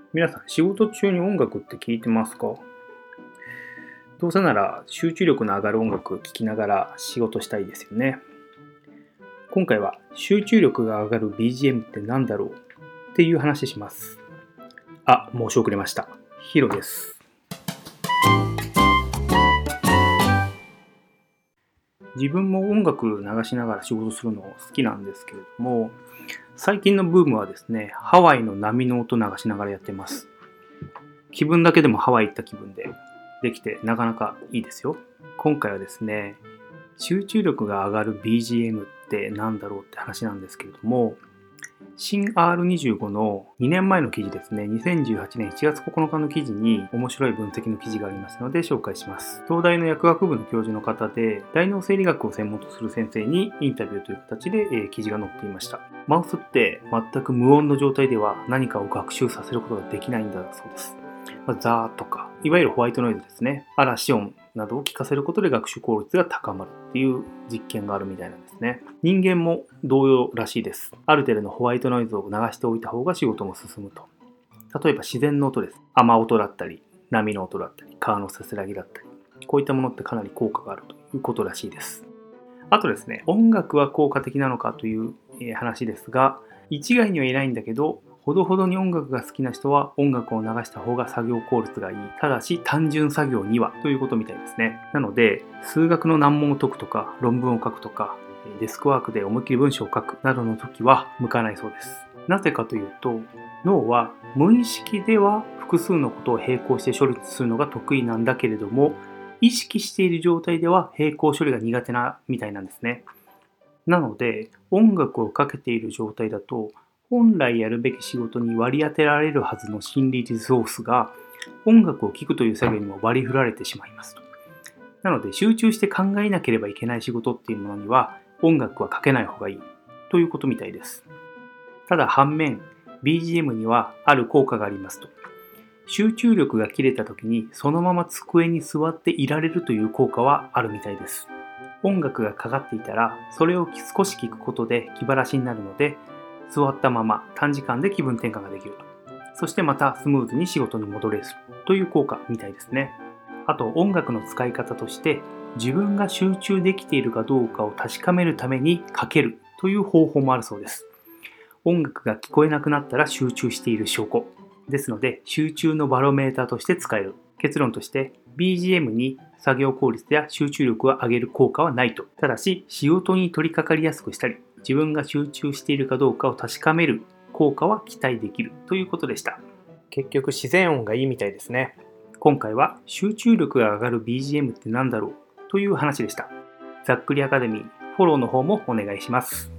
皆さん、仕事中に音楽って聞いてますか？どうせなら集中力の上がる音楽聴きながら仕事したいですよね。今回は集中力が上がる BGM って何だろうっていう話します。申し遅れました。ヒロです。自分も音楽流しながら仕事するの好きなんですけれども、最近のブームはですね、ハワイの波の音流しながらやってます。気分だけでもハワイ行った気分でできてなかなかいいですよ。今回はですね、集中力が上がる BGM って何だろうって話なんですけれども、新 R25 の2年前の記事ですね、2018年7月9日の記事に面白い分析の記事がありますので紹介します。東大の薬学部の教授の方で、大脳生理学を専門とする先生にインタビューという形で記事が載っていました。マウスって全く無音の状態では何かを学習させることができないんだそうです。ザーとか、いわゆるホワイトノイズですね、嵐音などを聞かせることで学習効率が高まるっていう実験があるみたいなんですね。人間も同様らしいです。ある程度のホワイトノイズを流しておいた方が仕事も進むと。例えば自然の音です。雨音だったり、波の音だったり、川のせせらぎだったり、こういったものってかなり効果があるということらしいです。あとですね、音楽は効果的なのかという話ですが、一概には言えないんだけど、ほどほどに音楽が好きな人は音楽を流した方が作業効率がいい。ただし単純作業にはということみたいですね。なので、数学の難問を解くとか、論文を書くとか、デスクワークで思いっきり文章を書くなどの時は向かないそうです。なぜかというと、脳は無意識では複数のことを並行して処理するのが得意なんだけれども、意識している状態では並行処理が苦手なみたいなんですね。なので、音楽をかけている状態だと、本来やるべき仕事に割り当てられるはずの心理リソースが、音楽を聴くという作業にも割り振られてしまいますと。なので、集中して考えなければいけない仕事っていうものには、音楽はかけない方がいいということみたいです。ただ反面、BGM にはある効果がありますと。集中力が切れた時にそのまま机に座っていられるという効果はあるみたいです。音楽がかかっていたら、それを少し聞くことで気晴らしになるので、座ったまま短時間で気分転換ができると。そしてまたスムーズに仕事に戻れるという効果みたいですね。あと音楽の使い方として、自分が集中できているかどうかを確かめるためにかけるという方法もあるそうです。音楽が聞こえなくなったら集中している証拠。ですので、集中のバロメーターとして使える。結論として、BGM に作業効率や集中力を上げる効果はないと。ただし、仕事に取り掛かりやすくしたり、自分が集中しているかどうかを確かめる効果は期待できるということでした。結局、自然音がいいみたいですね。今回は、集中力が上がる BGM って何だろうという話でした。ざっくりアカデミー、フォローの方もお願いします。